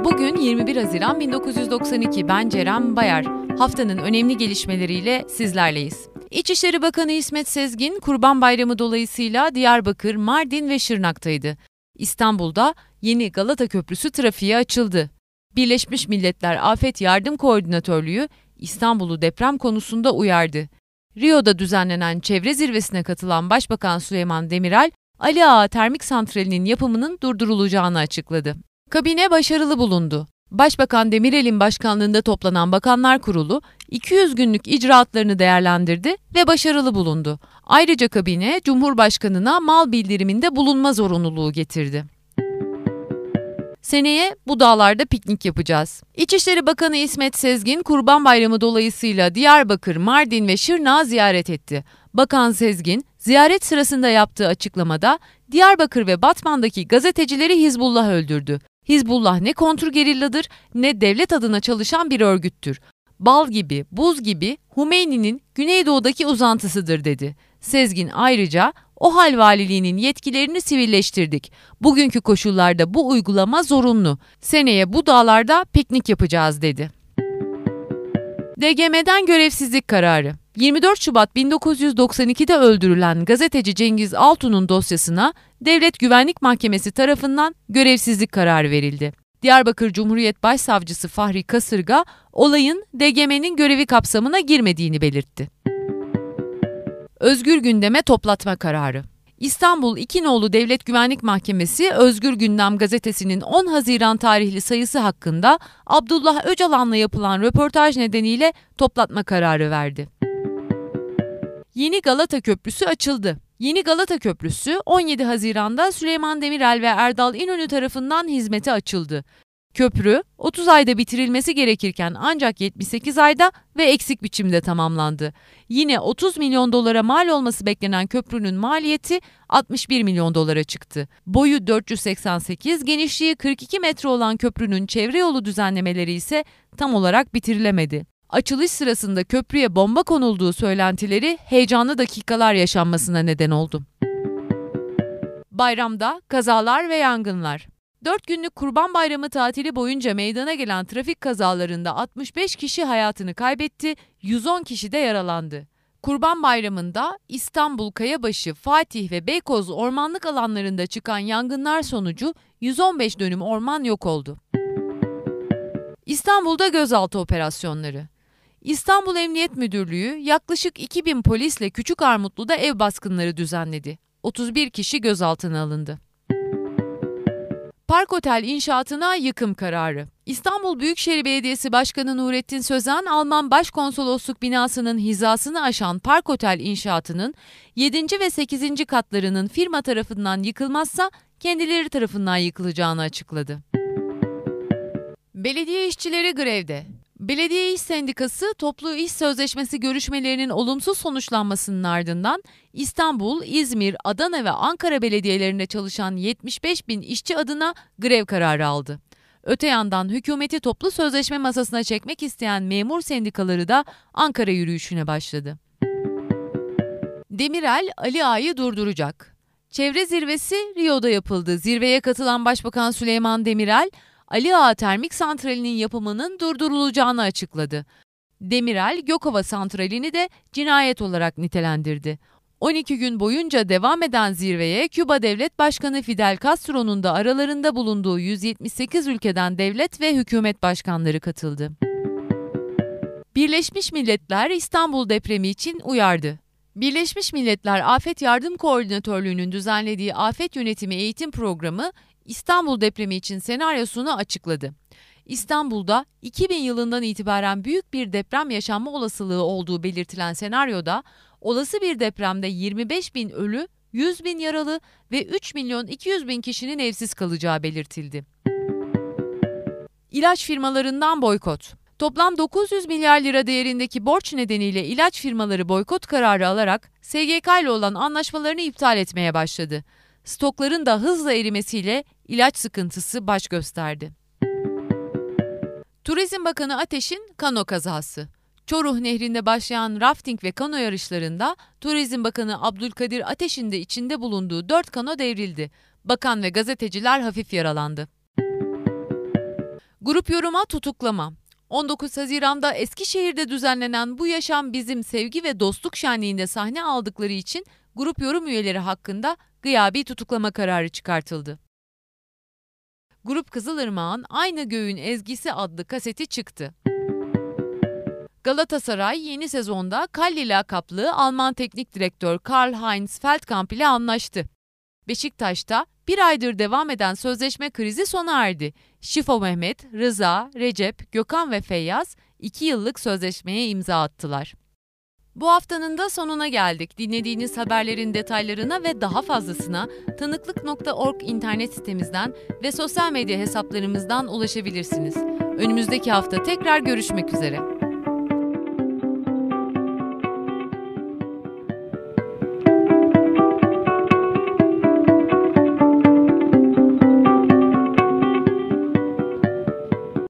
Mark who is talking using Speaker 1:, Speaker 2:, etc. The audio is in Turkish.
Speaker 1: Bugün 21 Haziran 1992, ben Ceren Bayar. Haftanın önemli gelişmeleriyle sizlerleyiz. İçişleri Bakanı İsmet Sezgin, Kurban Bayramı dolayısıyla Diyarbakır, Mardin ve Şırnak'taydı. İstanbul'da yeni Galata Köprüsü trafiğe açıldı. Birleşmiş Milletler Afet Yardım Koordinatörlüğü İstanbul'u deprem konusunda uyardı. Rio'da düzenlenen çevre zirvesine katılan Başbakan Süleyman Demirel, Ali Ağa Termik Santrali'nin yapımının durdurulacağını açıkladı. Kabine başarılı bulundu. Başbakan Demirel'in başkanlığında toplanan Bakanlar Kurulu 200 günlük icraatlarını değerlendirdi ve başarılı bulundu. Ayrıca kabine Cumhurbaşkanı'na mal bildiriminde bulunma zorunluluğu getirdi. Seneye bu dağlarda piknik yapacağız. İçişleri Bakanı İsmet Sezgin, Kurban Bayramı dolayısıyla Diyarbakır, Mardin ve Şırnak'ı ziyaret etti. Bakan Sezgin, ziyaret sırasında yaptığı açıklamada Diyarbakır ve Batman'daki gazetecileri Hizbullah öldürdü. Hizbullah ne kontrgerilladır ne devlet adına çalışan bir örgüttür. Bal gibi, buz gibi Hümeyni'nin Güneydoğu'daki uzantısıdır dedi. Sezgin ayrıca OHAL valiliğinin yetkilerini sivilleştirdik. Bugünkü koşullarda bu uygulama zorunlu. Seneye bu dağlarda piknik yapacağız dedi. DGM'den görevsizlik kararı. 24 Şubat 1992'de öldürülen gazeteci Cengiz Altun'un dosyasına Devlet Güvenlik Mahkemesi tarafından görevsizlik kararı verildi. Diyarbakır Cumhuriyet Başsavcısı Fahri Kasırga, olayın DGM'nin görevi kapsamına girmediğini belirtti. Özgür Gündem'e toplatma kararı. İstanbul İkinoğlu Devlet Güvenlik Mahkemesi, Özgür Gündem gazetesinin 10 Haziran tarihli sayısı hakkında Abdullah Öcalan'la yapılan röportaj nedeniyle toplatma kararı verdi. Yeni Galata Köprüsü açıldı. Yeni Galata Köprüsü 17 Haziran'da Süleyman Demirel ve Erdal İnönü tarafından hizmete açıldı. Köprü 30 ayda bitirilmesi gerekirken ancak 78 ayda ve eksik biçimde tamamlandı. Yine 30 milyon dolara mal olması beklenen köprünün maliyeti 61 milyon dolara çıktı. Boyu 488, genişliği 42 metre olan köprünün çevre yolu düzenlemeleri ise tam olarak bitirilemedi. Açılış sırasında köprüye bomba konulduğu söylentileri heyecanlı dakikalar yaşanmasına neden oldu. Bayramda kazalar ve yangınlar. 4 günlük Kurban Bayramı tatili boyunca meydana gelen trafik kazalarında 65 kişi hayatını kaybetti, 110 kişi de yaralandı. Kurban Bayramı'nda İstanbul, Kayabaşı, Fatih ve Beykoz ormanlık alanlarında çıkan yangınlar sonucu 115 dönüm orman yok oldu. İstanbul'da gözaltı operasyonları. İstanbul Emniyet Müdürlüğü yaklaşık 2000 polisle Küçükarmutlu'da ev baskınları düzenledi. 31 kişi gözaltına alındı. Park Otel inşaatına yıkım kararı. İstanbul Büyükşehir Belediyesi Başkanı Nurettin Sözen, Alman Başkonsolosluk binasının hizasını aşan Park Otel inşaatının 7. ve 8. katlarının firma tarafından yıkılmazsa kendileri tarafından yıkılacağını açıkladı. Belediye işçileri grevde. Belediye İş Sendikası, toplu iş sözleşmesi görüşmelerinin olumsuz sonuçlanmasının ardından İstanbul, İzmir, Adana ve Ankara belediyelerinde çalışan 75 bin işçi adına grev kararı aldı. Öte yandan hükümeti toplu sözleşme masasına çekmek isteyen memur sendikaları da Ankara yürüyüşüne başladı. Demirel, Ali Ağa'yı durduracak. Çevre zirvesi Rio'da yapıldı. Zirveye katılan Başbakan Süleyman Demirel, Ali Ağa Termik Santrali'nin yapımının durdurulacağını açıkladı. Demirel, Gökova Santrali'ni de cinayet olarak nitelendirdi. 12 gün boyunca devam eden zirveye Küba Devlet Başkanı Fidel Castro'nun da aralarında bulunduğu 178 ülkeden devlet ve hükümet başkanları katıldı. Birleşmiş Milletler İstanbul depremi için uyardı. Birleşmiş Milletler Afet Yardım Koordinatörlüğü'nün düzenlediği Afet Yönetimi Eğitim Programı, İstanbul depremi için senaryosunu açıkladı. İstanbul'da 2000 yılından itibaren büyük bir deprem yaşanma olasılığı olduğu belirtilen senaryoda, olası bir depremde 25 bin ölü, 100 bin yaralı ve 3 milyon 200 bin kişinin evsiz kalacağı belirtildi. İlaç firmalarından boykot. Toplam 900 milyar lira değerindeki borç nedeniyle ilaç firmaları boykot kararı alarak SGK ile olan anlaşmalarını iptal etmeye başladı. Stokların da hızla erimesiyle ilaç sıkıntısı baş gösterdi. Turizm Bakanı Ateş'in kano kazası. Çoruh Nehri'nde başlayan rafting ve kano yarışlarında Turizm Bakanı Abdülkadir Ateş'in de içinde bulunduğu 4 kano devrildi. Bakan ve gazeteciler hafif yaralandı. Grup yoruma tutuklama. 19 Haziran'da Eskişehir'de düzenlenen Bu Yaşam Bizim Sevgi ve Dostluk Şenliği'nde sahne aldıkları için grup yorum üyeleri hakkında gıyabi tutuklama kararı çıkartıldı. Grup Kızılırmak'ın Aynı Göğün Ezgisi adlı kaseti çıktı. Galatasaray yeni sezonda Kalli lakaplı Alman teknik direktör Karl-Heinz Feldkamp ile anlaştı. Beşiktaş'ta bir aydır devam eden sözleşme krizi sona erdi. Şifo Mehmet, Rıza, Recep, Gökhan ve Feyyaz 2 yıllık sözleşmeye imza attılar. Bu haftanın da sonuna geldik. Dinlediğiniz haberlerin detaylarına ve daha fazlasına tanıklık.org internet sitemizden ve sosyal medya hesaplarımızdan ulaşabilirsiniz. Önümüzdeki hafta tekrar görüşmek üzere.